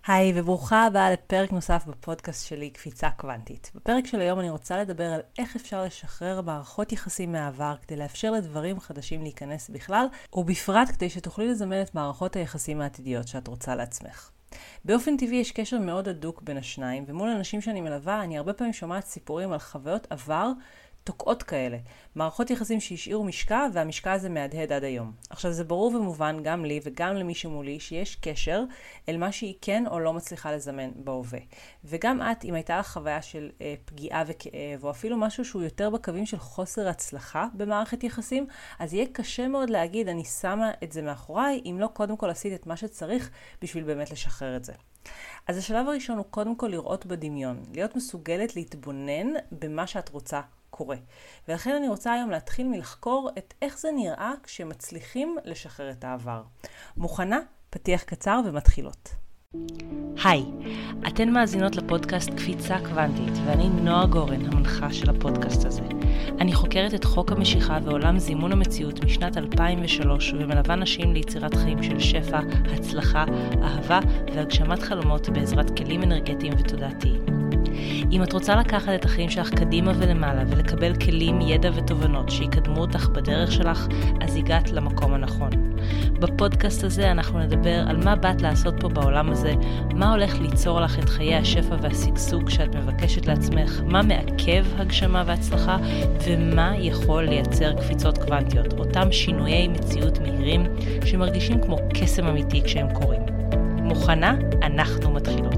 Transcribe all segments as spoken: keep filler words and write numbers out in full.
היי וברוכה הבאה לפרק נוסף בפודקאסט שלי, קפיצה קוונטית. בפרק של היום אני רוצה לדבר על איך אפשר לשחרר מערכות יחסים מהעבר כדי לאפשר לדברים חדשים להיכנס בכלל, ובפרט כדי שתוכלי לזמן את מערכות היחסים העתידיות שאת רוצה לעצמך. באופן טבעי יש קשר מאוד הדוק בין השניים, ומול אנשים שאני מלווה אני הרבה פעמים שומעת סיפורים על חוויות עבר תוקעות כאלה, מערכות יחסים שהשאירו משקע והמשקע הזה מהדהד עד היום. עכשיו זה ברור ומובן גם לי וגם למי שמולי שיש קשר אל מה שהיא כן או לא מצליחה לזמן בהווה. וגם את, אם הייתה לך חוויה של אה, פגיעה וכאב או אפילו משהו שהוא יותר בקווים של חוסר הצלחה במערכת יחסים, אז יהיה קשה מאוד להגיד אני שמה את זה מאחוריי אם לא קודם כל עשית את מה שצריך בשביל באמת לשחרר את זה. אז השלב הראשון הוא קודם כל לראות בדמיון, להיות מסוגלת להתבונן במה שאת רוצה קורה. ולכן אני רוצה היום להתחיל מלחקור את איך זה נראה כשמצליחים לשחרר את העבר. מוכנה? פתיח קצר ומתחילות. היי, אתן מאזינות לפודקאסט קפיצה קוונטית, ואני נועה גורן, המנחה של הפודקאסט הזה. אני חוקרת את חוק המשיכה ועולם זימון המציאות משנת אלפיים ושלוש, ומלווה נשים ליצירת חיים של שפע, הצלחה, אהבה והגשמת חלומות בעזרת כלים אנרגטיים ותודעתיים. אם את רוצה לקחת את החיים שלך קדימה ולמעלה ולקבל כלים, ידע ותובנות שיקדמו אותך בדרך שלך, אז הגעת למקום הנכון. בפודקאסט הזה אנחנו נדבר על מה באת לעשות פה בעולם הזה, מה הולך ליצור לך את חיי השפע והשגשוג שאת מבקשת לעצמך, מה מעכב הגשמה והצלחה, ומה יכול לייצר קפיצות קוונטיות, אותם שינויי מציאות מהירים שמרגישים כמו קסם אמיתי כשהם קורים. מוכנה? אנחנו מתחילות.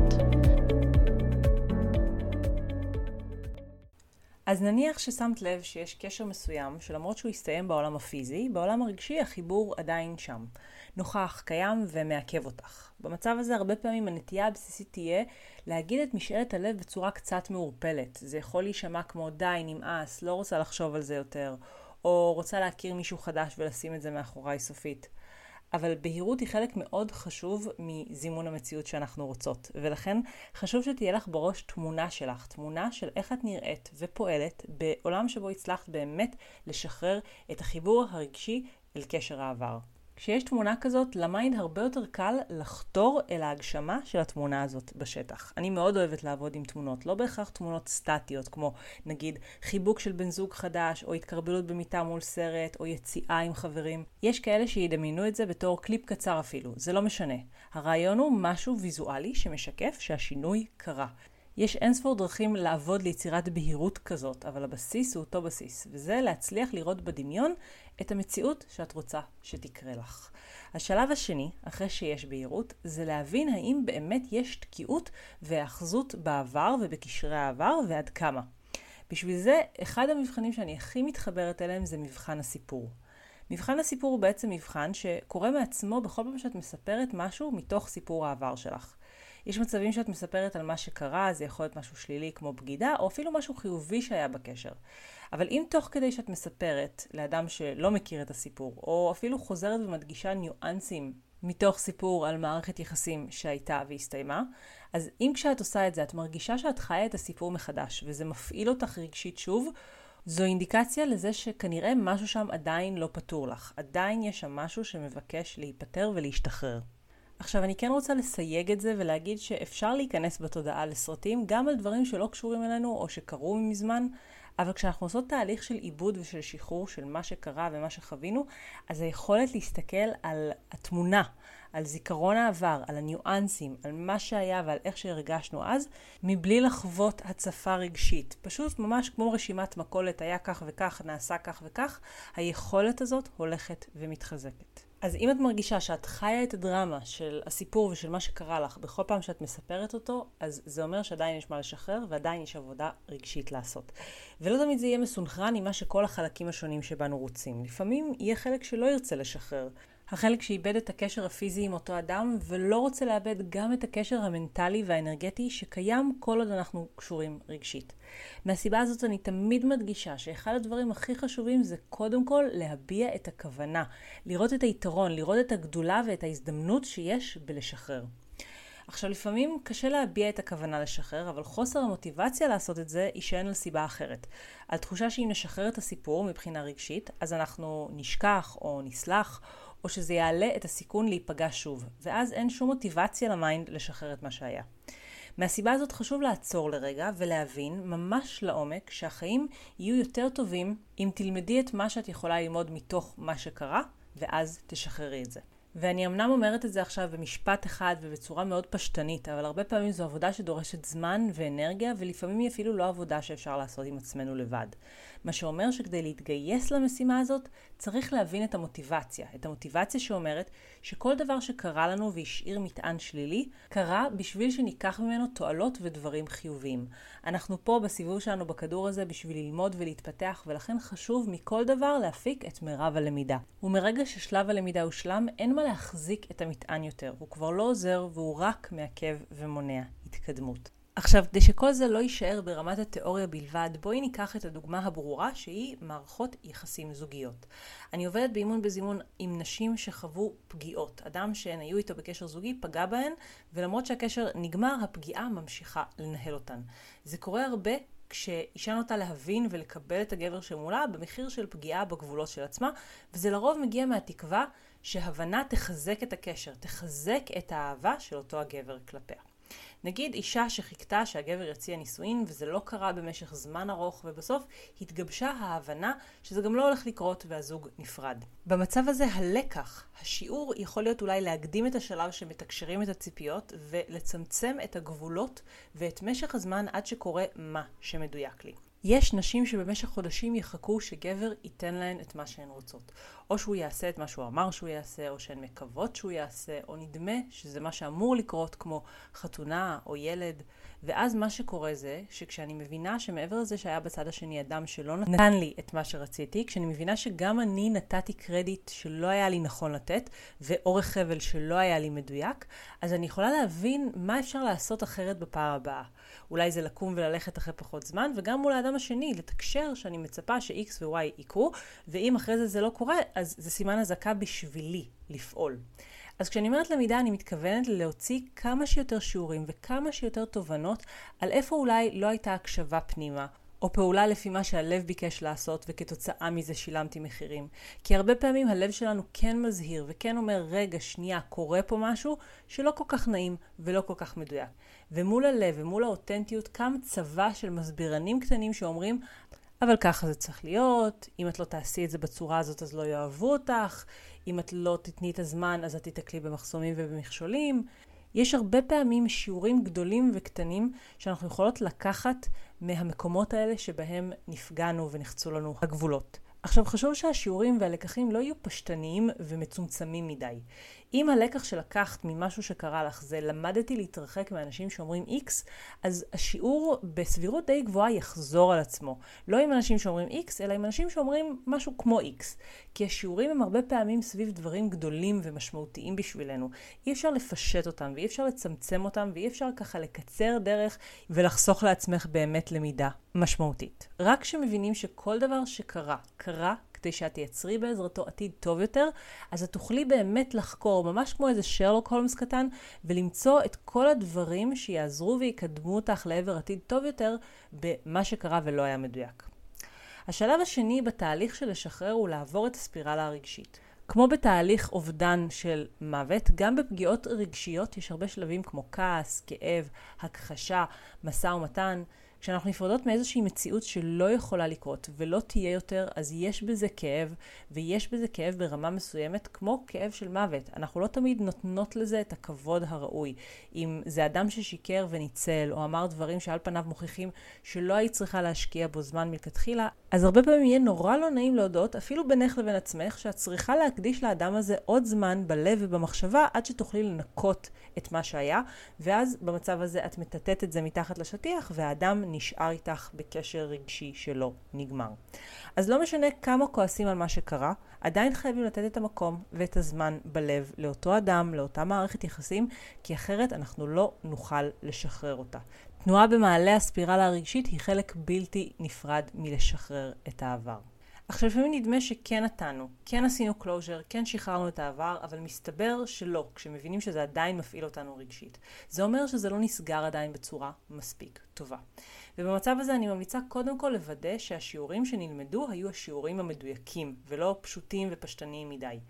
אז נניח ששמת לב שיש קשר מסוים שלמרות שהוא יסתיים בעולם הפיזי, בעולם הרגשי החיבור עדיין שם. נוכח, קיים ומעכב אותך. במצב הזה הרבה פעמים הנטייה הבסיסית תהיה להגיד את משאלת הלב בצורה קצת מעורפלת. זה יכול להישמע כמו די, נמאס, לא רוצה לחשוב על זה יותר, או רוצה להכיר מישהו חדש ולשים את זה מאחוריי סופית. אבל בהירות היא חלק מאוד חשוב מזימון המציאות שאנחנו רוצות. ולכן חשוב שתהיה לך בראש תמונה שלך, תמונה של איך את נראית ופועלת בעולם שבו הצלחת באמת לשחרר את החיבור הרגשי אל קשר העבר. כשיש תמונה כזאת, למיינד הרבה יותר קל לחתור אל ההגשמה של התמונה הזאת בשטח. אני מאוד אוהבת לעבוד עם תמונות, לא בהכרח תמונות סטטיות, כמו נגיד חיבוק של בן זוג חדש, או התקרבלות במיטה מול סרט, או יציאה עם חברים. יש כאלה שידמיינו את זה בתור קליפ קצר אפילו, זה לא משנה. הרעיון הוא משהו ויזואלי שמשקף שהשינוי קרה. יש אינספור דרכים לעבוד ליצירת בהירות כזאת, אבל הבסיס הוא אותו בסיס, וזה להצליח לראות בדמיון את המציאות שאת רוצה שתקרה לך. השלב השני, אחרי שיש בהירות, זה להבין האם באמת יש תקיעות והאחזות בעבר ובקשרי העבר ועד כמה. בשביל זה, אחד המבחנים שאני הכי מתחברת אליהם זה מבחן הסיפור. מבחן הסיפור הוא בעצם מבחן שקורה מעצמו בכל פעם שאת מספרת משהו מתוך סיפור העבר שלך. יש מצבים שאת מספרת על מה שקרה, זה יכול להיות משהו שלילי כמו בגידה, או אפילו משהו חיובי שהיה בקשר. אבל אם תוך כדי שאת מספרת לאדם שלא מכיר את הסיפור, או אפילו חוזרת ומדגישה ניואנסים מתוך סיפור על מערכת יחסים שהייתה והסתיימה, אז אם כשאת עושה את זה, את מרגישה שאת חיה את הסיפור מחדש, וזה מפעיל אותך רגשית שוב, זו אינדיקציה לזה שכנראה משהו שם עדיין לא פתור לך. עדיין יש שם משהו שמבקש להיפטר ולהשתחרר. עכשיו אני כן רוצה לסייג את זה ולהגיד שאפשר להיכנס בתודעה לסרטים גם על דברים שלא קשורים אלינו או שקרו מזמן, אבל כשאנחנו עושות תהליך של עיבוד ושל שחרור של מה שקרה ומה שחווינו, אז היכולת להסתכל על התמונה, על זיכרון העבר, על הניואנסים, על מה שהיה ועל איך שהרגשנו אז, מבלי לחוות הצפה רגשית. פשוט ממש כמו רשימת מכולת, היה כך וכך, נעשה כך וכך, היכולת הזאת הולכת ומתחזקת. אז אם את מרגישה שאת חיה את הדרמה של הסיפור ושל מה שקרה לך בכל פעם שאת מספרת אותו, אז זה אומר שעדיין יש מה לשחרר ועדיין יש עבודה רגשית לעשות. ולא תמיד זה יהיה מסונכרן עם מה שכל החלקים השונים שבנו רוצים. לפעמים יהיה חלק שלא ירצה לשחרר. החלק שאיבד את הקשר הפיזי עם אותו אדם ולא רוצה לאבד גם את הקשר המנטלי והאנרגטי שקיים כל עוד אנחנו קשורים רגשית. מהסיבה הזאת אני תמיד מדגישה שאחד הדברים הכי חשובים זה קודם כל להביע את הכוונה, לראות את היתרון, לראות את הגדולה ואת ההזדמנות שיש בלשחרר. עכשיו לפעמים קשה להביע את הכוונה לשחרר, אבל חוסר המוטיבציה לעשות את זה יישען על סיבה אחרת. על תחושה שאם נשחרר את הסיפור מבחינה רגשית, אז אנחנו נשכח או נסלח, או שזה יעלה את הסיכון להיפגע שוב, ואז אין שום מוטיבציה למיינד לשחרר את מה שהיה. מהסיבה הזאת חשוב לעצור לרגע ולהבין ממש לעומק שהחיים יהיו יותר טובים אם תלמדי את מה שאת יכולה ללמוד מתוך מה שקרה, ואז תשחררי את זה. ואני אמנם אומרת את זה עכשיו במשפט אחד ובצורה מאוד פשטנית, אבל הרבה פעמים זו עבודה שדורשת זמן ואנרגיה, ולפעמים היא אפילו לא עבודה שאפשר לעשות עם עצמנו לבד. מה שאומר שכדי להתגייס למשימה הזאת, צריך להבין את המוטיבציה. את המוטיבציה שאומרת שכל דבר שקרה לנו והשאיר מטען שלילי, קרה בשביל שניקח ממנו תועלות ודברים חיוביים. אנחנו פה בסיבוב שלנו בכדור הזה בשביל ללמוד ולהתפתח, ולכן חשוב מכל דבר להפיק את מרב הלמידה. ומרגע ששלב הלמידה הושלם, אין מה להחזיק את המטען יותר. הוא כבר לא עוזר והוא רק מעכב ומונע התקדמות. עכשיו, כדי שכל זה לא יישאר ברמת התיאוריה בלבד, בואי ניקח את הדוגמה הברורה שהיא מערכות יחסים זוגיות. אני עובדת באימון בזימון עם נשים שחוו פגיעות. אדם שהן היו איתו בקשר זוגי פגע בהן, ולמרות שהקשר נגמר, הפגיעה ממשיכה לנהל אותן. זה קורה הרבה כשאישה נוטה להבין ולקבל את הגבר שמולה במחיר של פגיעה בגבולות של עצמה, וזה לרוב מגיע מהתקווה שהבנה תחזק את הקשר, תחזק את האהבה של אותו הגבר כלפיה. נגיד אישה שחיכתה שהגבר יציע נישואין וזה לא קרה במשך זמן ארוך, ובסוף התגבשה ההבנה שזה גם לא הולך לקרות והזוג נפרד. במצב הזה הלקח, השיעור יכול להיות אולי להקדים את השלב שמתקשרים את הציפיות ולצמצם את הגבולות ואת משך הזמן עד שקורה מה שמדויק לי. יש נשים שבמשך חודשים יחכו שגבר ייתן להן את מה שהן רוצות. או שהוא יעשה את מה שהוא אמר שהוא יעשה, או שהן מקוות שהוא יעשה, או נדמה שזה מה שאמור לקרות כמו חתונה או ילד. ואז מה שקורה זה שכשאני מבינה שמעבר לזה שהיה בצד השני אדם שלא נתן לי את מה שרציתי, כשאני מבינה שגם אני נתתי קרדיט שלא היה לי נכון לתת, ואורך חבל שלא היה לי מדויק, אז אני יכולה להבין מה אפשר לעשות אחרת בפעם הבאה. אולי זה לקום וללכת אחרי פחות זמן, וגם מול האדם השני, לתקשר שאני מצפה ש-X ו-Y יקרו, ואם אחרי זה זה לא קורה, אז זה סימן הזקה בשבילי לפעול. אז כשאני אומרת למידה, אני מתכוונת להוציא כמה שיותר שיעורים וכמה שיותר תובנות על איפה אולי לא הייתה הקשבה פנימה, או פעולה לפי מה שהלב ביקש לעשות, וכתוצאה מזה שילמתי מחירים. כי הרבה פעמים הלב שלנו כן מזהיר, וכן אומר, רגע, שנייה, קורה פה משהו שלא כל כך נעים ולא כל כך מדויק. ומול הלב ומול האותנטיות קם צבא של מסבירנים קטנים שאומרים, אבל ככה זה צריך להיות, אם את לא תעשי את זה בצורה הזאת אז לא יאהבו אותך, אם את לא תתני את הזמן אז את תתקלי במחסומים ובמכשולים. יש הרבה פעמים שיעורים גדולים וקטנים שאנחנו יכולות לקחת מהמקומות האלה שבהם נפגענו ונחצו לנו הגבולות. עכשיו חשוב שהשיעורים והלקחים לא יהיו פשטניים ומצומצמים מדי. אם הלקח שלקחת ממשהו שקרה לך זה למדתי להתרחק מאנשים שאומרים X, אז השיעור בסבירות די גבוהה יחזור על עצמו. לא עם אנשים שאומרים X, אלא עם אנשים שאומרים משהו כמו X. כי השיעורים הם הרבה פעמים סביב דברים גדולים ומשמעותיים בשבילנו. אי אפשר לפשט אותם ואי אפשר לצמצם אותם ואי אפשר ככה לקצר דרך ולחסוך לעצמך באמת למידה משמעותית. רק שמבינים שכל דבר שקרה, קרה כדי שאת תייצרי בעזרתו עתיד טוב יותר, אז את תוכלי באמת לחקור, ממש כמו איזה שרלוק הולמס קטן, ולמצוא את כל הדברים שיעזרו ויקדמו אותך לעבר עתיד טוב יותר במה שקרה ולא היה מדויק. השלב השני בתהליך של לשחרר הוא לעבור את הספירלה הרגשית. כמו בתהליך אובדן של מוות, גם בפגיעות רגשיות יש הרבה שלבים כמו כעס, כאב, הכחשה, משא ומתן. כשאנחנו נפרדות מאיזושהי מציאות שלא יכולה לקרות ולא תהיה יותר, אז יש בזה כאב, ויש בזה כאב ברמה מסוימת כמו כאב של מוות. אנחנו לא תמיד נותנות לזה את הכבוד הראוי. אם זה אדם ששיקר וניצל, או אמר דברים שעל פניו מוכיחים שלא היית צריכה להשקיע בו זמן מלכתחילה, אז הרבה פעמים יהיה נורא לא נעים להודות, אפילו בינך לבין עצמך, שאת צריכה להקדיש לאדם הזה עוד זמן בלב ובמחשבה, עד שתוכלי לנקות את מה שהיה, ואז במצב הזה את מטטט את זה מתחת לשטיח, והאדם נשאר איתך בקשר רגשי שלא נגמר. אז לא משנה כמה כועסים על מה שקרה, עדיין חייבים לתת את המקום ואת הזמן בלב לאותו אדם, לאותה מערכת יחסים, כי אחרת אנחנו לא נוכל לשחרר אותה. תנועה במעלה הספירלה הרגשית היא חלק בלתי נפרד מלשחרר את העבר. עכשיו לפעמים נדמה שכן נתנו, כן עשינו closure, כן שחררנו את העבר, אבל מסתבר שלא, כשמבינים שזה עדיין מפעיל אותנו רגשית. זה אומר שזה לא נסגר עדיין בצורה מספיק טובה. ובמצב הזה אני ממליצה קודם כל לוודא שהשיעורים שנלמדו היו השיעורים המדויקים, ולא פשוטים ופשטניים מדי.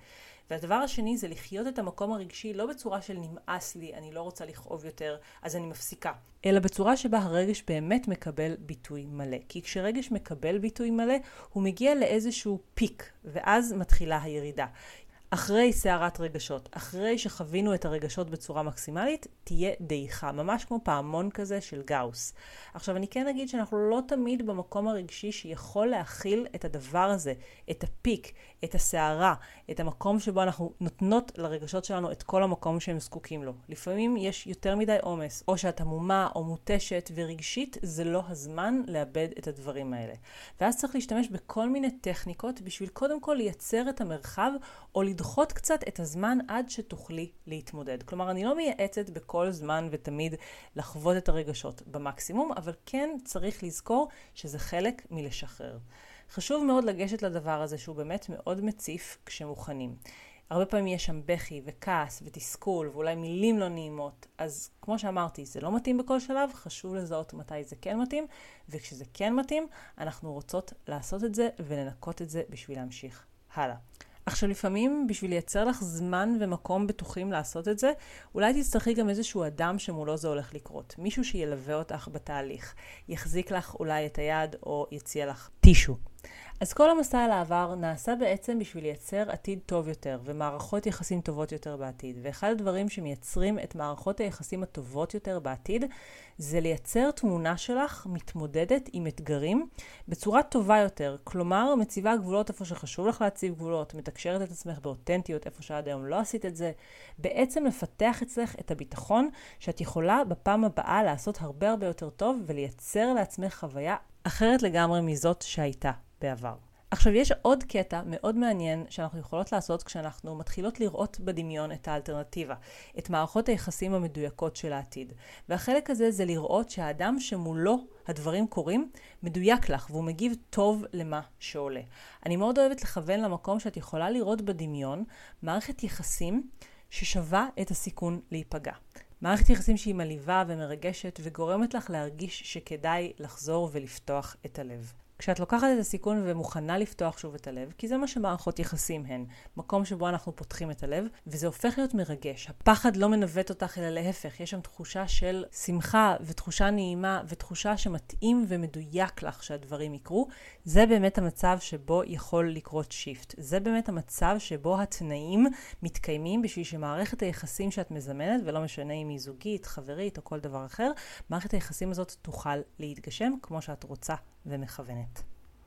והדבר השני זה לחיות את המקום הרגשי לא בצורה של נמאס לי, אני לא רוצה לכאוב יותר, אז אני מפסיקה. אלא בצורה שבה הרגש באמת מקבל ביטוי מלא. כי כשרגש מקבל ביטוי מלא, הוא מגיע לאיזשהו פיק, ואז מתחילה הירידה. אחרי סערת רגשות, אחרי שחווינו את הרגשות בצורה מקסימלית, תהיה דעיכה, ממש כמו פעמון כזה של גאוס. עכשיו אני כן אגיד שאנחנו לא תמיד במקום הרגשי שיכול להכיל את הדבר הזה, את הפיק, את הסערה, את המקום שבו אנחנו נותנות לרגשות שלנו את כל המקום שהם זקוקים לו. לפעמים יש יותר מדי עומס, או שאת עמומה או מותשת ורגשית, זה לא הזמן לאבד את הדברים האלה. ואז צריך להשתמש בכל מיני טכניקות בשביל קודם כל לייצר את המרחב או לדחות קצת את הזמן עד שתוכלי להתמודד. כלומר, אני לא מייעצת בכל זמן ותמיד לחוות את הרגשות במקסימום, אבל כן צריך לזכור שזה חלק מלשחרר. חשוב מאוד לגשת לדבר הזה שהוא באמת מאוד מציף כשמוכנים. הרבה פעמים יש שם בכי וכעס ותסכול ואולי מילים לא נעימות. אז כמו שאמרתי, זה לא מתאים בכל שלב, חשוב לזהות מתי זה כן מתאים, וכשזה כן מתאים, אנחנו רוצות לעשות את זה ולנקות את זה בשביל להמשיך הלאה. עכשיו לפעמים בשביל לייצר לך זמן ומקום בטוחים לעשות את זה, אולי תצטרכי גם איזשהו אדם שמולו זה הולך לקרות. מישהו שילווה אותך בתהליך, יחזיק לך אולי את היד או יציע לך טישו. אז כל המסע על העבר נעשה בעצם בשביל לייצר עתיד טוב יותר ומערכות יחסים טובות יותר בעתיד. ואחד הדברים שמייצרים את מערכות היחסים הטובות יותר בעתיד זה לייצר תמונה שלך מתמודדת עם אתגרים בצורה טובה יותר. כלומר, מציבה גבולות איפה שחשוב לך להציב גבולות, מתקשרת את עצמך באותנטיות איפה שעד היום לא עשית את זה. בעצם לפתח אצלך את הביטחון שאת יכולה בפעם הבאה לעשות הרבה הרבה יותר טוב ולייצר לעצמך חוויה אחרת לגמרי מזאת שהייתה בעבר. עכשיו יש עוד קטע מאוד מעניין שאנחנו יכולות לעשות כשאנחנו מתחילות לראות בדמיון את האלטרנטיבה, את מערכות היחסים המדויקות של העתיד. והחלק הזה זה לראות שהאדם שמולו הדברים קורים מדויק לך והוא מגיב טוב למה שעולה. אני מאוד אוהבת לכוון למקום שאת יכולה לראות בדמיון מערכת יחסים ששווה את הסיכון להיפגע. מערכת יחסים שהיא מליבה ומרגשת וגורמת לך להרגיש שכדאי לחזור ולפתוח את הלב. כשאת לוקחת את הסיכון ומוכנה לפתוח שוב את הלב, כי זה מה שמערכות יחסים הן, מקום שבו אנחנו פותחים את הלב, וזה הופך להיות מרגש. הפחד לא מנווט אותך אלא להפך, יש שם תחושה של שמחה ותחושה נעימה ותחושה שמתאים ומדויק לך שהדברים יקרו. זה באמת המצב שבו יכול לקרות שיפט. זה באמת המצב שבו התנאים מתקיימים בשביל שמערכת היחסים שאת מזמנת, ולא משנה אם היא זוגית, חברית או כל דבר אחר, מערכת היחסים הזאת תוכל להתגשם כמו שאת רוצה ומכוונת.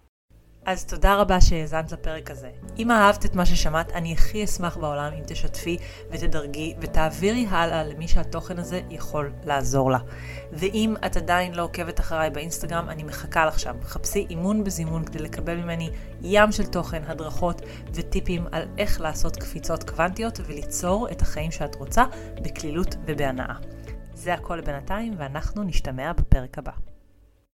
אז תודה רבה שהאזנת לפרק הזה. אם אהבת את מה ששמעת, אני הכי אשמח בעולם אם תשתפי ותדרגי ותעבירי הלאה למי שהתוכן הזה יכול לעזור לה. ואם את עדיין לא עוקבת אחריי באינסטגרם, אני מחכה לך שם. חפשי אימון בזימון כדי לקבל ממני ים של תוכן, הדרכות וטיפים על איך לעשות קפיצות קוונטיות וליצור את החיים שאת רוצה בכלילות ובהנאה. זה הכל לבינתיים ואנחנו נשתמע בפרק הבא.